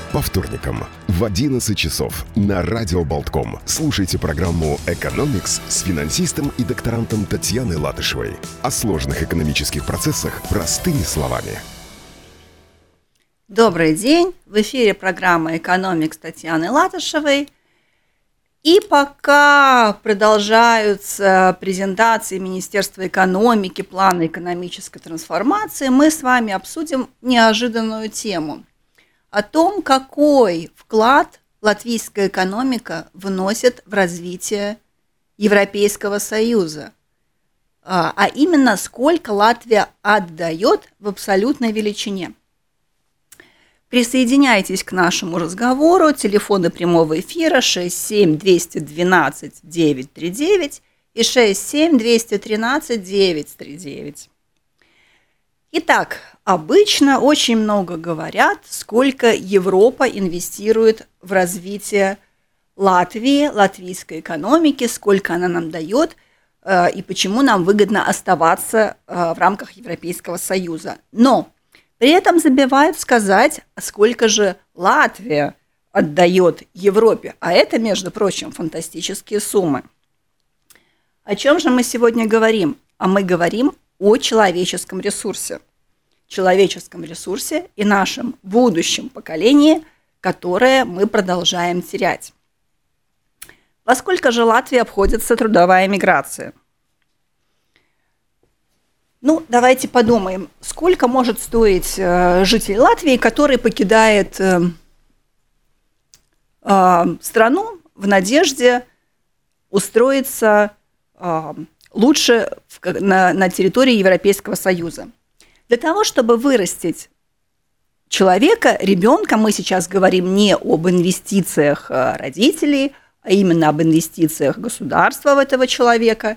По вторникам в 11 часов на Радио Болтком слушайте программу «Экономикс» с финансистом и докторантом Татьяной Латышевой. О сложных экономических процессах простыми словами. Добрый день! В эфире программа «Экономикс» Татьяны Латышевой. И пока продолжаются презентации Министерства экономики, плана экономической трансформации, мы с вами обсудим неожиданную тему о том, какой вклад латвийская экономика вносит в развитие Европейского Союза, а именно сколько Латвия отдает в абсолютной величине. Присоединяйтесь к нашему разговору. Телефоны прямого эфира 67-212-939 и 67-213-939. Итак, обычно очень много говорят, сколько Европа инвестирует в развитие Латвии, латвийской экономики, сколько она нам дает и почему нам выгодно оставаться в рамках Европейского Союза. Но при этом забывают сказать, сколько же Латвия отдает Европе. А это, между прочим, фантастические суммы. О чем же мы сегодня говорим? А мы говорим о человеческом ресурсе. Человеческом ресурсе и нашем будущем поколении, которое мы продолжаем терять. Во сколько же Латвии обходится трудовая миграция? Давайте подумаем, сколько может стоить житель Латвии, который покидает страну в надежде устроиться лучше на территории Европейского Союза. Для того, чтобы вырастить человека, ребенка, мы сейчас говорим не об инвестициях родителей, а именно об инвестициях государства в этого человека.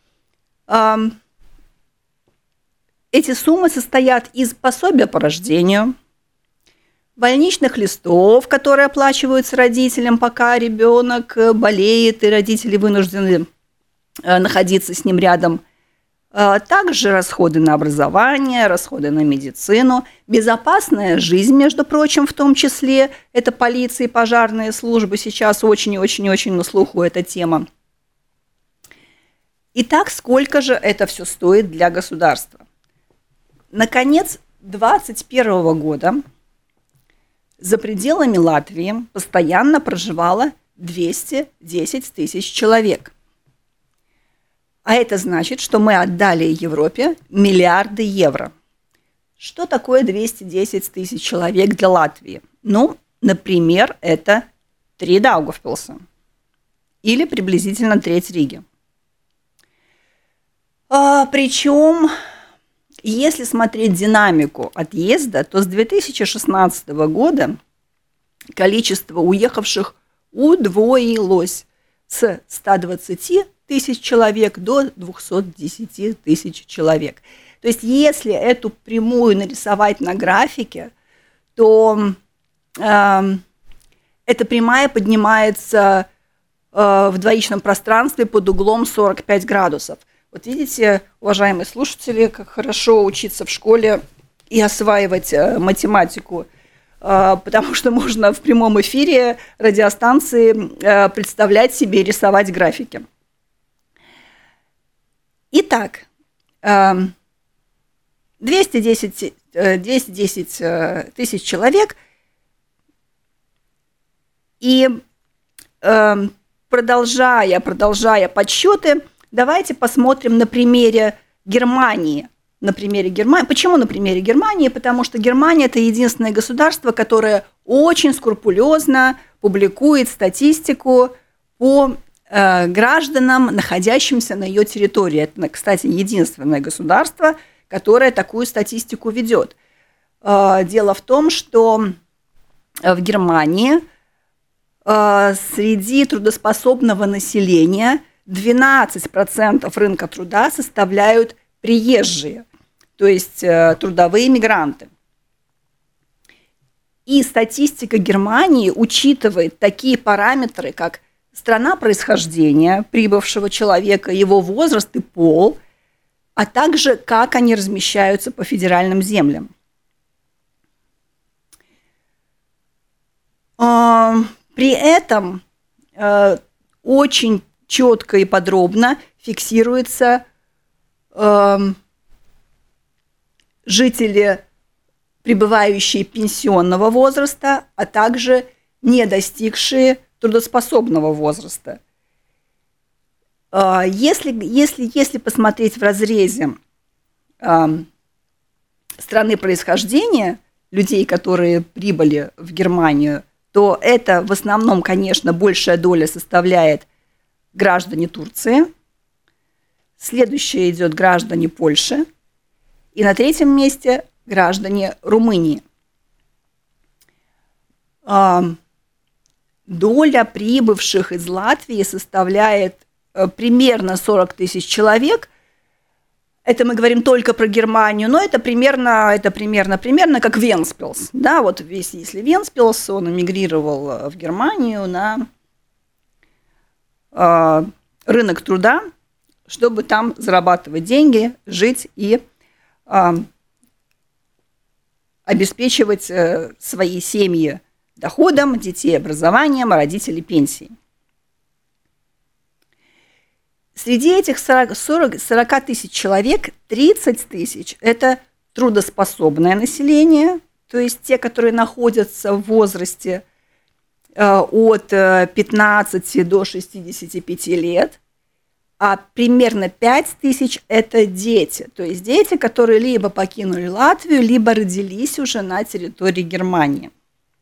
Эти суммы состоят из пособия по рождению, больничных листов, которые оплачиваются родителям, пока ребенок болеет, и родители вынуждены находиться с ним рядом. Также расходы на образование, расходы на медицину, безопасная жизнь, между прочим, в том числе. Это полиция и пожарные службы, сейчас очень-очень-очень на слуху эта тема. Итак, сколько же это все стоит для государства? Наконец 2021 года за пределами Латвии постоянно проживало 210 тысяч человек. А это значит, что мы отдали Европе миллиарды евро. Что такое 210 тысяч человек для Латвии? Например, это 3 Даугавпилса или приблизительно треть Риги. Причем, если смотреть динамику отъезда, то с 2016 года количество уехавших удвоилось с 120 тысяч человек до 210 тысяч человек. То есть, если эту прямую нарисовать на графике, то эта прямая поднимается в двоичном пространстве под углом 45 градусов. Вот видите, уважаемые слушатели, как хорошо учиться в школе и осваивать математику, потому что можно в прямом эфире радиостанции представлять себе и рисовать графики. Итак, 210 тысяч человек, и продолжая подсчеты, давайте посмотрим на примере Германии. Почему на примере Германии? Потому что Германия – это единственное государство, которое очень скрупулезно публикует статистику по гражданам, находящимся на ее территории. Это, кстати, единственное государство, которое такую статистику ведет. Дело в том, что в Германии среди трудоспособного населения 12% рынка труда составляют приезжие, то есть трудовые мигранты. И статистика Германии учитывает такие параметры, как страна происхождения прибывшего человека, его возраст и пол, а также как они размещаются по федеральным землям. При этом очень четко и подробно фиксируются жители, пребывающие пенсионного возраста, а также не достигшие трудоспособного возраста. Если посмотреть в разрезе страны происхождения людей, которые прибыли в Германию, то это в основном, конечно, большая доля составляет граждане Турции. Следующее идет граждане Польши. И на третьем месте граждане Румынии. Доля прибывших из Латвии составляет примерно 40 тысяч человек. Это мы говорим только про Германию, но это примерно как Венспилс. Да, вот если Венспилс, он эмигрировал в Германию на рынок труда, чтобы там зарабатывать деньги, жить и обеспечивать свои семьи доходом, детей образованием, а родителей пенсией. Среди этих 40 тысяч человек 30 тысяч – это трудоспособное население, то есть те, которые находятся в возрасте от 15 до 65 лет, а примерно 5 тысяч – это дети, то есть дети, которые либо покинули Латвию, либо родились уже на территории Германии.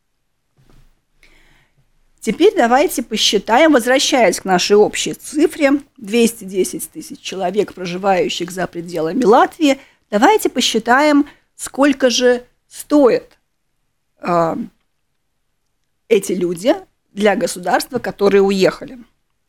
Теперь давайте посчитаем, возвращаясь к нашей общей цифре, 210 тысяч человек, проживающих за пределами Латвии, давайте посчитаем, сколько же стоят эти люди для государства, которые уехали.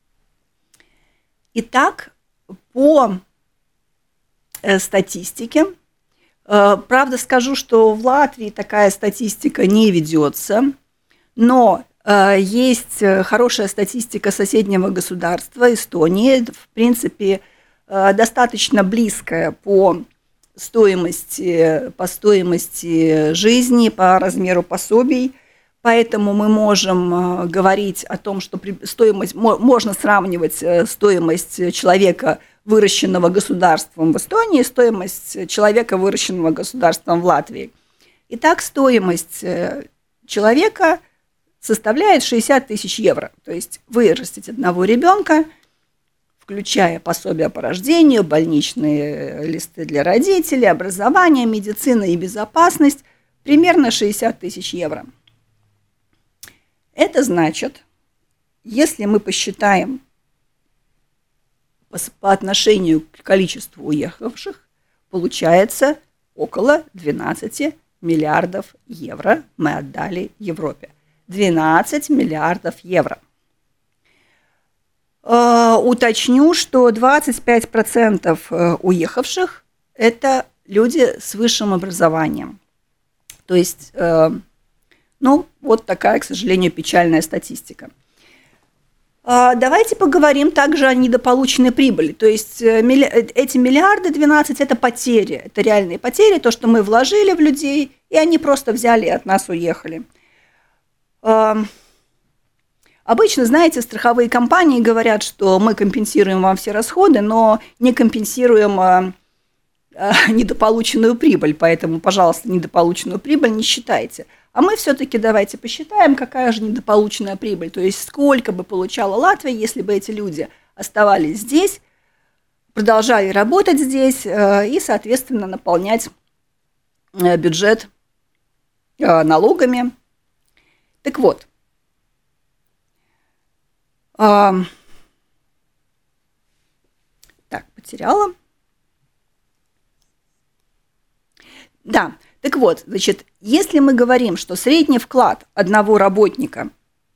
Итак, по статистике, правда скажу, что в Латвии такая статистика не ведется, но есть хорошая статистика соседнего государства, Эстонии, в принципе, достаточно близкая по стоимости жизни, по размеру пособий. Поэтому мы можем говорить о том, что можно сравнивать стоимость человека, выращенного государством в Эстонии, и стоимость человека, выращенного государством в Латвии. Итак, стоимость человека составляет 60 тысяч евро. То есть вырастить одного ребенка, включая пособия по рождению, больничные листы для родителей, образование, медицина и безопасность, примерно 60 тысяч евро. Это значит, если мы посчитаем по отношению к количеству уехавших, получается около 12 миллиардов евро мы отдали Европе. 12 миллиардов евро. Уточню, что 25% уехавших – это люди с высшим образованием. То есть, вот такая, к сожалению, печальная статистика. Давайте поговорим также о недополученной прибыли. То есть эти миллиарды 12 – это потери, это реальные потери, то, что мы вложили в людей, и они просто взяли и от нас уехали. Обычно, знаете, страховые компании говорят, что мы компенсируем вам все расходы, но не компенсируем недополученную прибыль, поэтому, пожалуйста, недополученную прибыль не считайте. А мы все-таки давайте посчитаем, какая же недополученная прибыль, то есть сколько бы получала Латвия, если бы эти люди оставались здесь, продолжали работать здесь и, соответственно, наполнять бюджет налогами. Так вот, потеряла. Да, так вот, значит, если мы говорим, что средний вклад одного работника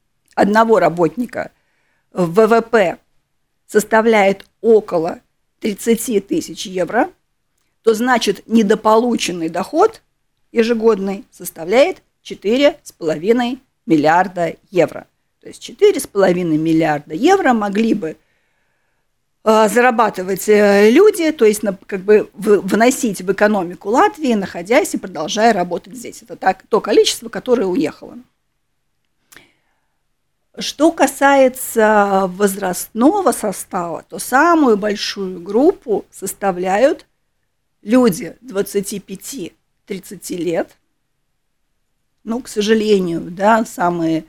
в ВВП составляет около 30 тысяч евро, то значит недополученный доход ежегодный составляет 4,5 миллиарда евро. То есть 4,5 миллиарда евро могли бы зарабатывать люди, то есть выносить в экономику Латвии, находясь и продолжая работать здесь. Это то количество, которое уехало. Что касается возрастного состава, то самую большую группу составляют люди 25-30 лет. К сожалению, да, самые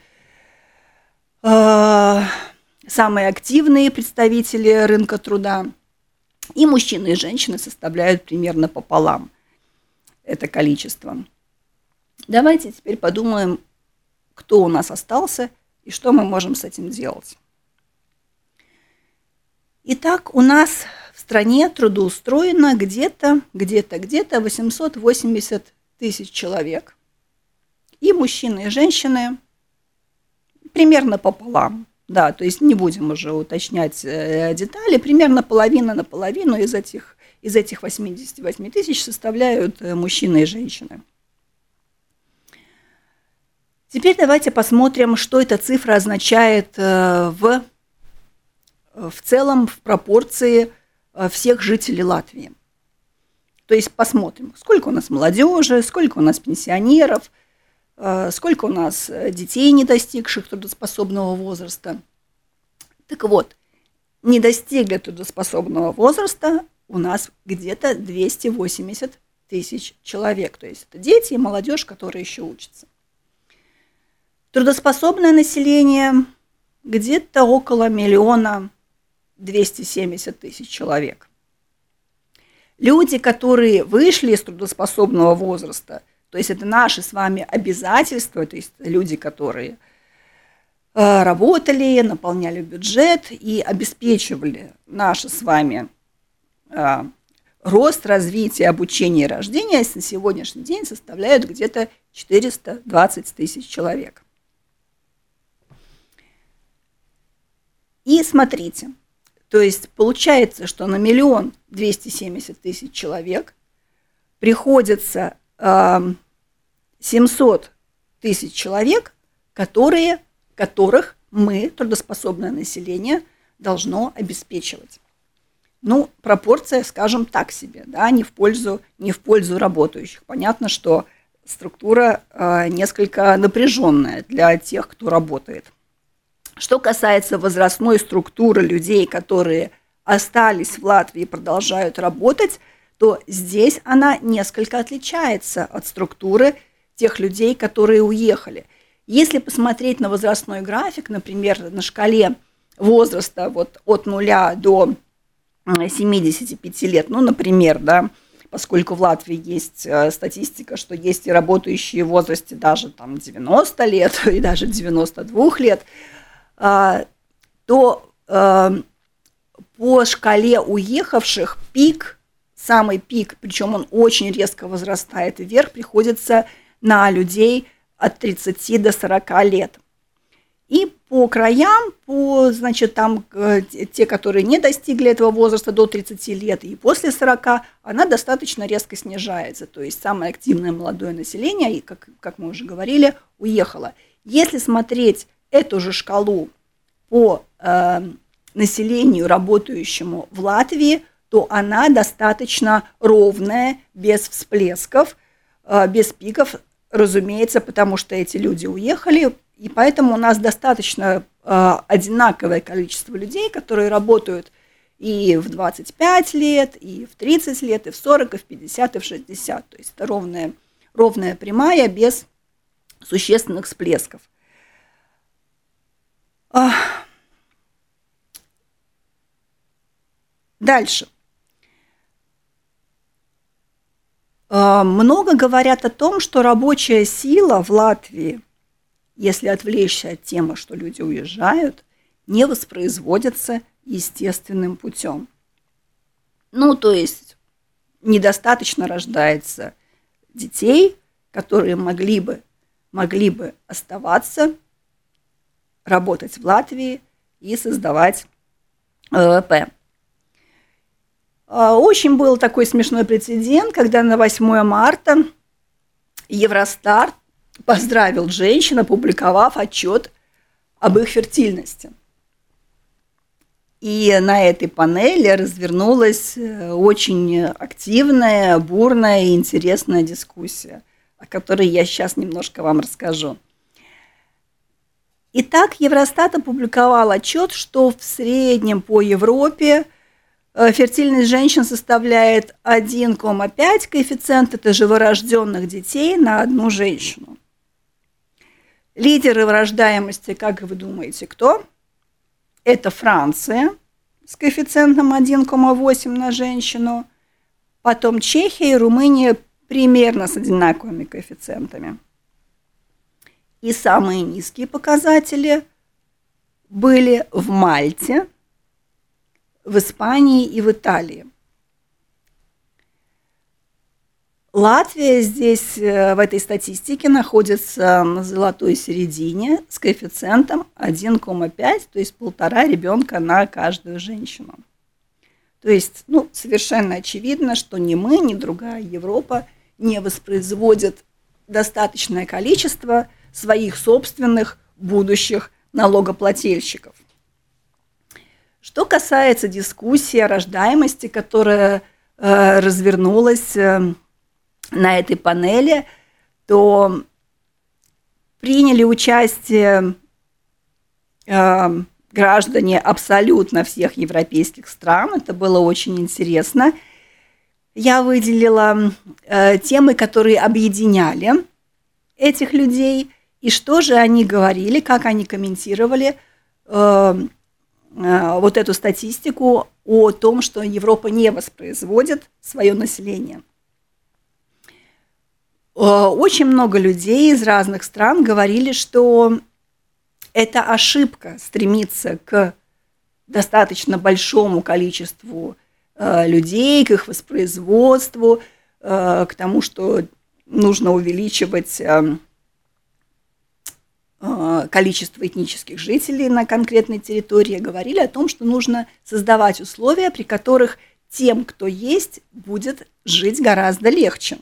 активные представители рынка труда. И мужчины, и женщины составляют примерно пополам это количество. Давайте теперь подумаем, кто у нас остался и что мы можем с этим делать. Итак, у нас в стране трудоустроено где-то 880 тысяч человек. И мужчины, и женщины примерно пополам. Да, то есть не будем уже уточнять детали, примерно половина на половину из этих 88 тысяч составляют мужчины и женщины. Теперь давайте посмотрим, что эта цифра означает в целом в пропорции всех жителей Латвии. То есть посмотрим, сколько у нас молодежи, сколько у нас пенсионеров, сколько у нас детей, не достигших трудоспособного возраста. Так вот, не достигли трудоспособного возраста у нас где-то 280 тысяч человек. То есть это дети и молодежь, которые еще учатся. Трудоспособное население где-то около 1 270 000 человек. Люди, которые вышли из трудоспособного возраста, то есть это наши с вами обязательства, то есть люди, которые работали, наполняли бюджет и обеспечивали наши с вами рост, развитие, обучение и рождение, на сегодняшний день составляют где-то 420 000 человек. И смотрите, то есть получается, что на 1 270 000 человек приходится 700 000 человек, которых мы, трудоспособное население, должно обеспечивать. Пропорция, скажем, так себе, да, не в пользу работающих. Понятно, что структура несколько напряженная для тех, кто работает. Что касается возрастной структуры людей, которые остались в Латвии и продолжают работать, то здесь она несколько отличается от структуры тех людей, которые уехали. Если посмотреть на возрастной график, например, на шкале возраста от 0 до 75 лет, например, да, поскольку в Латвии есть статистика, что есть и работающие в возрасте даже 90 лет и даже 92 лет, то по шкале уехавших самый пик, причем он очень резко возрастает вверх, приходится на людей от 30 до 40 лет. И по краям, те, которые не достигли этого возраста до 30 лет и после 40, она достаточно резко снижается. То есть самое активное молодое население, как мы уже говорили, уехало. Если смотреть эту же шкалу по населению, работающему в Латвии, то она достаточно ровная, без всплесков, без пиков, разумеется, потому что эти люди уехали, и поэтому у нас достаточно одинаковое количество людей, которые работают и в 25 лет, и в 30 лет, и в 40, и в 50, и в 60. То есть это ровная прямая, без существенных всплесков. Дальше. Много говорят о том, что рабочая сила в Латвии, если отвлечься от темы, что люди уезжают, не воспроизводится естественным путем. То есть недостаточно рождается детей, которые могли бы оставаться, работать в Латвии и создавать ВВП. Очень был такой смешной прецедент, когда на 8 марта Евростат поздравил женщин, опубликовав отчет об их фертильности. И на этой панели развернулась очень активная, бурная и интересная дискуссия, о которой я сейчас немножко вам расскажу. Итак, Евростат опубликовал отчет, что в среднем по Европе фертильность женщин составляет 1,5 коэффициент, это живорожденных детей на одну женщину. Лидеры рождаемости, как вы думаете, кто? Это Франция с коэффициентом 1,8 на женщину, потом Чехия и Румыния примерно с одинаковыми коэффициентами. И самые низкие показатели были в Мальте, в Испании и в Италии. Латвия здесь в этой статистике находится на золотой середине с коэффициентом 1,5, то есть 1,5 ребенка на каждую женщину. То есть, совершенно очевидно, что ни мы, ни другая Европа не воспроизводят достаточное количество своих собственных будущих налогоплательщиков. Что касается дискуссии о рождаемости, которая развернулась на этой панели, то приняли участие граждане абсолютно всех европейских стран. Это было очень интересно. Я выделила темы, которые объединяли этих людей, и что же они говорили, как они комментировали вот эту статистику о том, что Европа не воспроизводит свое население. Очень много людей из разных стран говорили, что это ошибка стремиться к достаточно большому количеству людей, к их воспроизводству, к тому, что нужно увеличивать количество этнических жителей на конкретной территории. Говорили о том, что нужно создавать условия, при которых тем, кто есть, будет жить гораздо легче.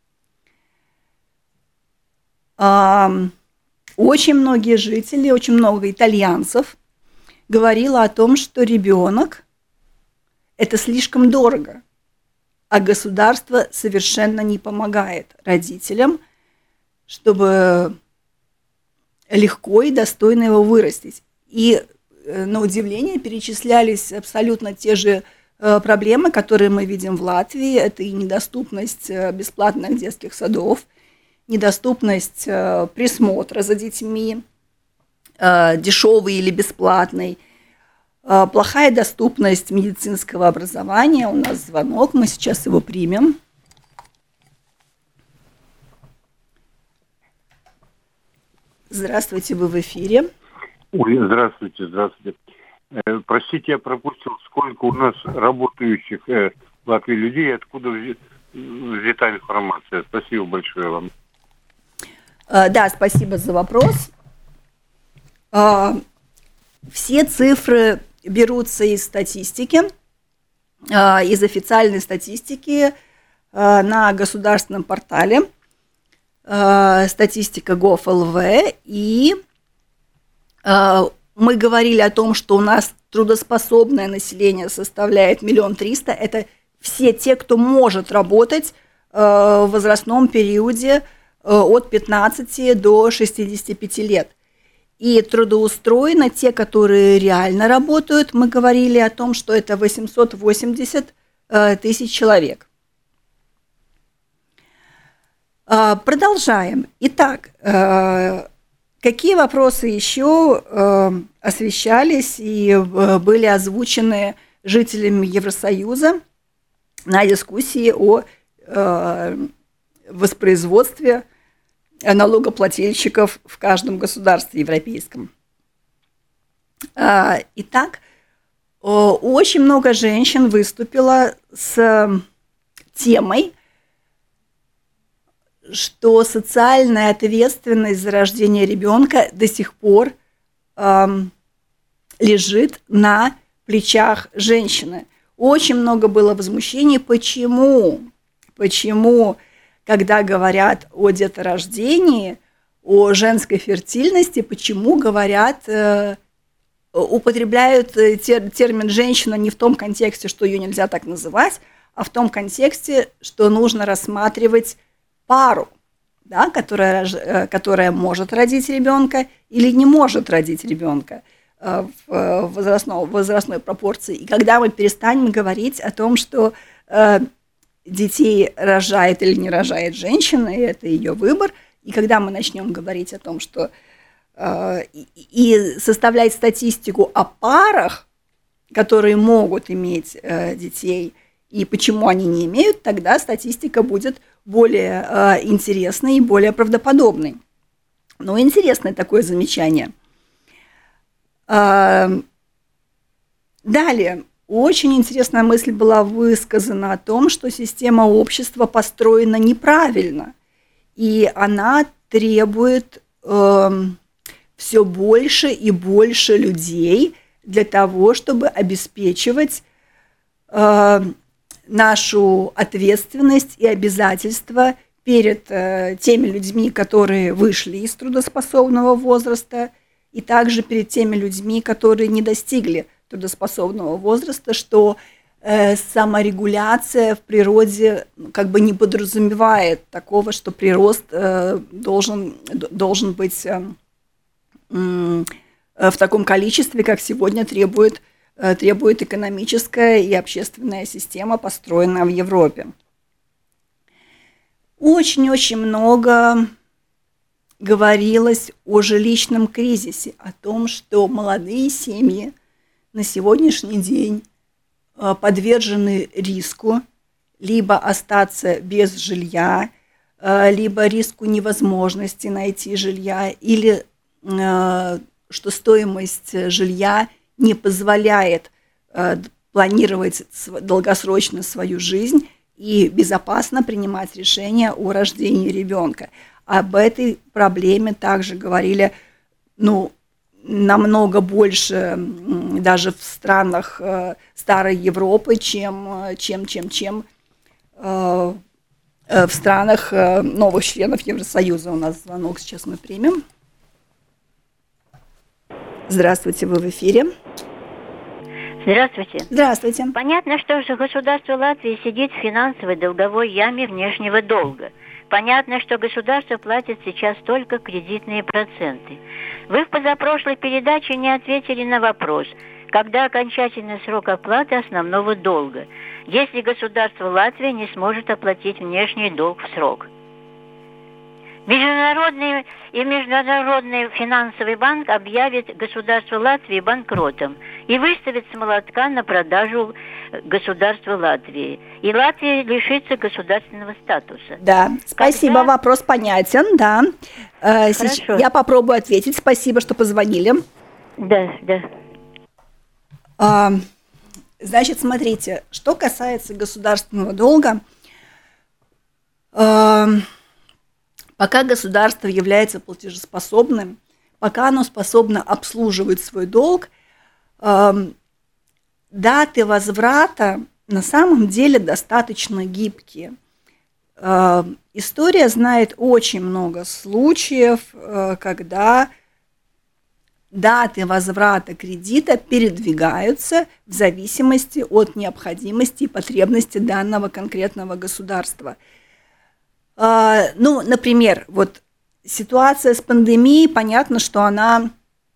Очень многие жители, очень много итальянцев говорило о том, что ребенок – это слишком дорого, а государство совершенно не помогает родителям, чтобы легко и достойно его вырастить. И, на удивление, перечислялись абсолютно те же проблемы, которые мы видим в Латвии. Это и недоступность бесплатных детских садов, недоступность присмотра за детьми, дешевый или бесплатный, плохая доступность медицинского образования. У нас звонок, мы сейчас его примем. Здравствуйте, вы в эфире. Ой, здравствуйте. Простите, я пропустил, сколько у нас работающих в Латвии людей, откуда взята информация. Спасибо большое вам. Да, спасибо за вопрос. Все цифры берутся из статистики, из официальной статистики на государственном портале статистика Gov.lv, и мы говорили о том, что у нас трудоспособное население составляет 1 300 000. Это все те, кто может работать в возрастном периоде от 15 до 65 лет. И трудоустроены те, которые реально работают. Мы говорили о том, что это 880 тысяч человек. Продолжаем. Итак, какие вопросы еще освещались и были озвучены жителями Евросоюза на дискуссии о воспроизводстве налогоплательщиков в каждом государстве европейском? Итак, очень много женщин выступило с темой, что социальная ответственность за рождение ребенка до сих пор лежит на плечах женщины. Очень много было возмущений. Почему, когда говорят о деторождении, о женской фертильности, почему говорят, употребляют термин «женщина» не в том контексте, что ее нельзя так называть, а в том контексте, что нужно рассматривать пару, да, которая может родить ребенка или не может родить ребенка в возрастной пропорции. И когда мы перестанем говорить о том, что детей рожает или не рожает женщина, и это ее выбор, и когда мы начнем говорить о том, что и составлять статистику о парах, которые могут иметь детей, и почему они не имеют, тогда статистика будет более интересной и более правдоподобной. Но интересное такое замечание. Далее, очень интересная мысль была высказана о том, что система общества построена неправильно, и она требует все больше и больше людей для того, чтобы обеспечивать нашу ответственность и обязательства перед теми людьми, которые вышли из трудоспособного возраста, и также перед теми людьми, которые не достигли трудоспособного возраста, что саморегуляция в природе как бы не подразумевает такого, что прирост должен быть в таком количестве, как сегодня требует экономическая и общественная система, построенная в Европе. Очень-очень много говорилось о жилищном кризисе, о том, что молодые семьи на сегодняшний день подвержены риску либо остаться без жилья, либо риску невозможности найти жилья, или что стоимость жилья не позволяет планировать долгосрочно свою жизнь и безопасно принимать решения о рождении ребенка. Об этой проблеме также говорили, намного больше даже в странах старой Европы, чем в странах новых членов Евросоюза. У нас звонок, сейчас мы примем. Здравствуйте, вы в эфире. Здравствуйте. Здравствуйте. Понятно, что государство Латвии сидит в финансовой долговой яме внешнего долга. Понятно, что государство платит сейчас только кредитные проценты. Вы в позапрошлой передаче не ответили на вопрос, когда окончательный срок оплаты основного долга, если государство Латвии не сможет оплатить внешний долг в срок. Международный финансовый банк объявит государство Латвии банкротом и выставит с молотка на продажу государства Латвии. И Латвия лишится государственного статуса. Да, спасибо, вопрос понятен, да. Я попробую ответить. Спасибо, что позвонили. Да. Значит, смотрите, что касается государственного долга, пока государство является платежеспособным, пока оно способно обслуживать свой долг, даты возврата на самом деле достаточно гибкие. История знает очень много случаев, когда даты возврата кредита передвигаются в зависимости от необходимости и потребности данного конкретного государства. Например, вот ситуация с пандемией, понятно, что она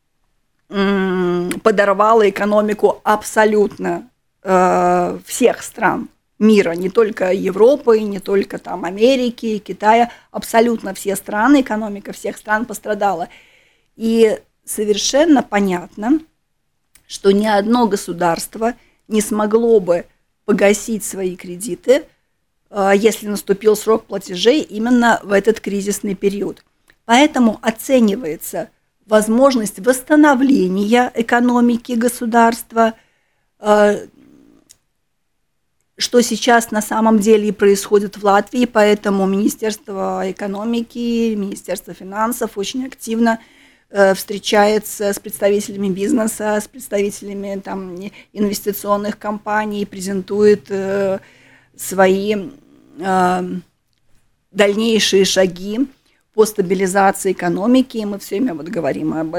подорвала экономику абсолютно всех стран мира, не только Европы, не только там Америки, Китая, абсолютно все страны, экономика всех стран пострадала. И совершенно понятно, что ни одно государство не смогло бы погасить свои кредиты, если наступил срок платежей именно в этот кризисный период. Поэтому оценивается возможность восстановления экономики государства, что сейчас на самом деле и происходит в Латвии, поэтому Министерство экономики, Министерство финансов очень активно встречается с представителями бизнеса, с представителями инвестиционных компаний, презентует свои дальнейшие шаги по стабилизации экономики. И мы все время говорим о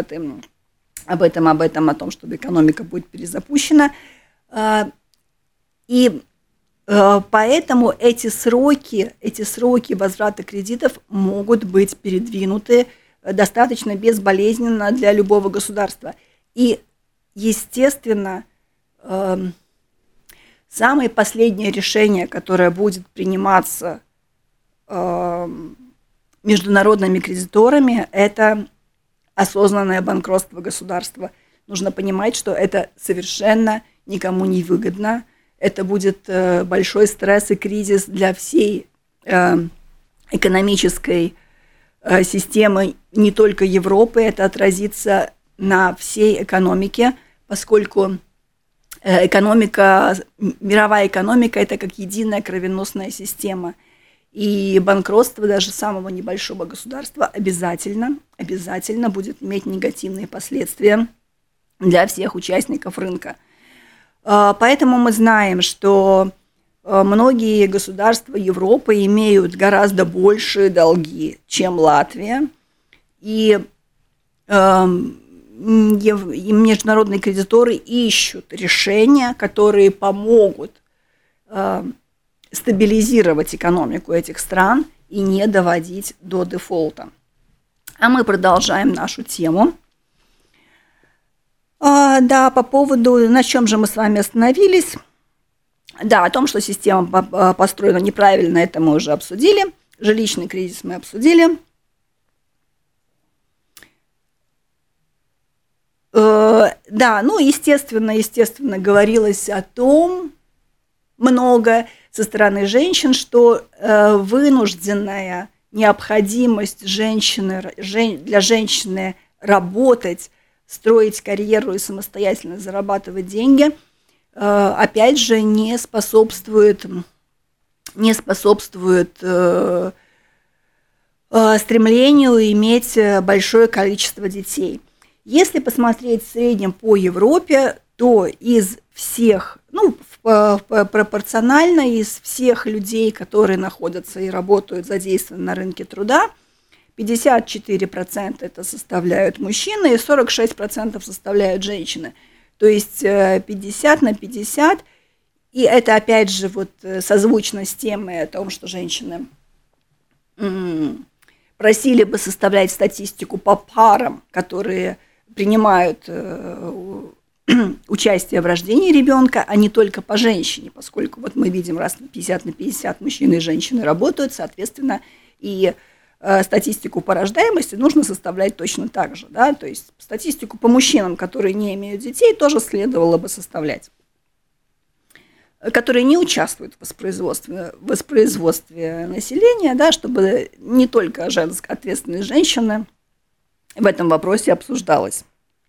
том, чтобы экономика будет перезапущена. И Поэтому эти сроки возврата кредитов могут быть передвинуты достаточно безболезненно для любого государства. И, естественно, самое последнее решение, которое будет приниматься международными кредиторами, это осознанное банкротство государства. Нужно понимать, что это совершенно никому не выгодно. Это будет большой стресс и кризис для всей экономической системы не только Европы. Это отразится на всей экономике, поскольку мировая экономика – это как единая кровеносная система. И банкротство даже самого небольшого государства обязательно будет иметь негативные последствия для всех участников рынка. Поэтому мы знаем, что многие государства Европы имеют гораздо большие долги, чем Латвия, и международные кредиторы ищут решения, которые помогут стабилизировать экономику этих стран и не доводить до дефолта. А мы продолжаем нашу тему. Да, по поводу, на чем же мы с вами остановились. Да, о том, что система построена неправильно, это мы уже обсудили. Жилищный кризис мы обсудили. Да, ну, естественно, говорилось о том много со стороны женщин, что вынужденная необходимость для женщины работать, строить карьеру и самостоятельно зарабатывать деньги, опять же, не способствует стремлению иметь большое количество детей. Если посмотреть в среднем по Европе, то из всех, пропорционально из всех людей, которые находятся и работают, задействованы на рынке труда, 54% это составляют мужчины и 46% составляют женщины. То есть 50 на 50. И это опять же вот созвучно с темой о том, что женщины просили бы составлять статистику по парам, которые принимают участие в рождении ребенка, а не только по женщине, поскольку вот мы видим, раз 50 на 50 мужчины и женщины работают, соответственно, и статистику по рождаемости нужно составлять точно так же, да, то есть статистику по мужчинам, которые не имеют детей, тоже следовало бы составлять, которые не участвуют в воспроизводстве населения, да, чтобы не только ответственность женщины в этом вопросе обсуждалась.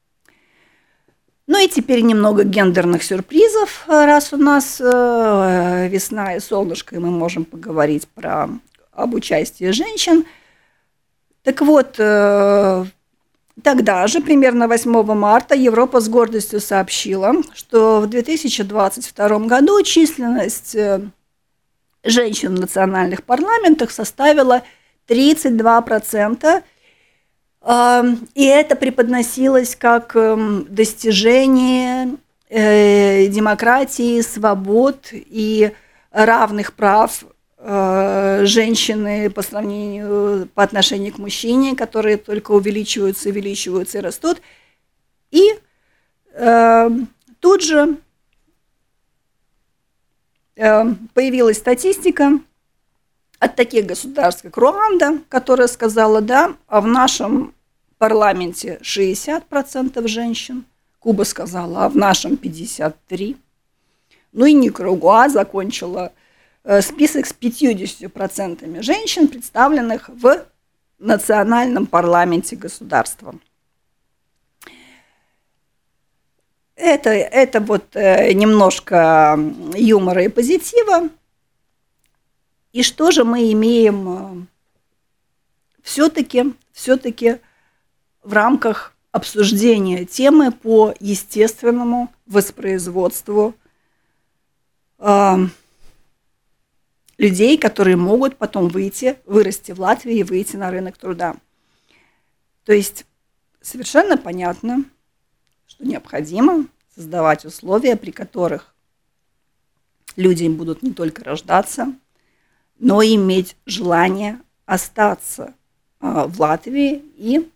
Ну и теперь немного гендерных сюрпризов, раз у нас весна и солнышко, и мы можем поговорить об участии женщин. Так вот, тогда же, примерно 8 марта, Европа с гордостью сообщила, что в 2022 году численность женщин в национальных парламентах составила 32%, и это преподносилось как достижение демократии, свобод и равных прав женщины по отношению к мужчине, которые только увеличиваются и растут. И тут же появилась статистика от таких государств, как Руанда, которая сказала, да, а в нашем парламенте 60% женщин. Куба сказала, а в нашем 53%. Ну и Никарагуа закончила список с 50% женщин, представленных в национальном парламенте государства. Это вот немножко юмора и позитива. И что же мы имеем все-таки в рамках обсуждения темы по естественному воспроизводству людей, которые могут потом вырасти в Латвии и выйти на рынок труда. То есть совершенно понятно, что необходимо создавать условия, при которых люди будут не только рождаться, но и иметь желание остаться в Латвии и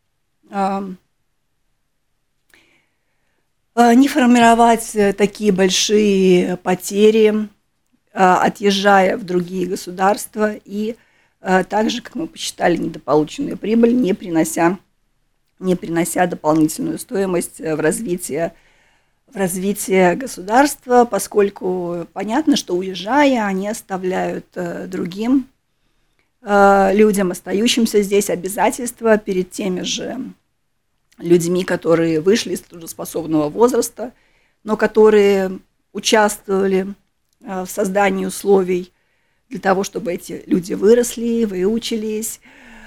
не формировать такие большие потери, отъезжая в другие государства и также, как мы посчитали, недополученную прибыль, не принося дополнительную стоимость в развитие государства, поскольку понятно, что уезжая, они оставляют другим людям, остающимся здесь, обязательства перед теми же людьми, которые вышли из трудоспособного возраста, но которые участвовали в создании условий для того, чтобы эти люди выросли, выучились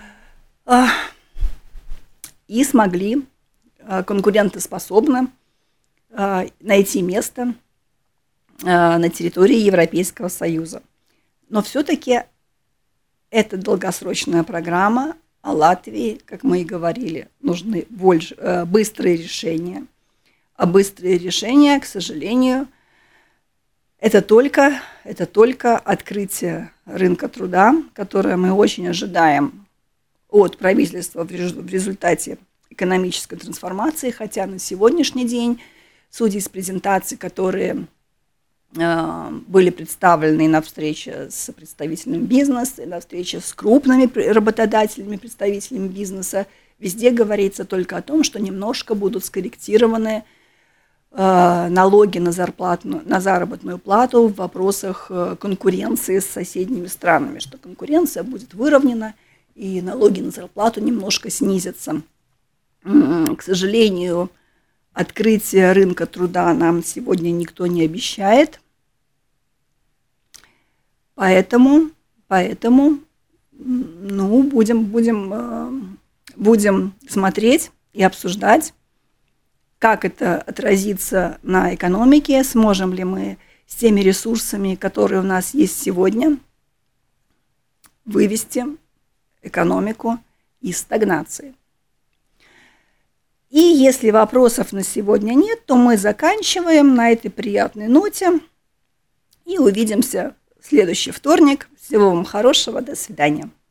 и смогли конкурентоспособно найти место на территории Европейского Союза. Но все-таки это долгосрочная программа, а Латвии, как мы и говорили, нужны быстрые решения. А быстрые решения, к сожалению, это только открытие рынка труда, которое мы очень ожидаем от правительства в результате экономической трансформации, хотя на сегодняшний день, судя из презентаций, которые были представлены на встрече с представителями бизнеса, на встрече с крупными работодателями, представителями бизнеса, везде говорится только о том, что немножко будут скорректированы налоги на заработную плату в вопросах конкуренции с соседними странами, что конкуренция будет выровнена и налоги на зарплату немножко снизятся. К сожалению, открытие рынка труда нам сегодня никто не обещает, поэтому будем смотреть и обсуждать, как это отразится на экономике, сможем ли мы с теми ресурсами, которые у нас есть сегодня, вывести экономику из стагнации. И если вопросов на сегодня нет, то мы заканчиваем на этой приятной ноте и увидимся в следующий вторник. Всего вам хорошего, до свидания.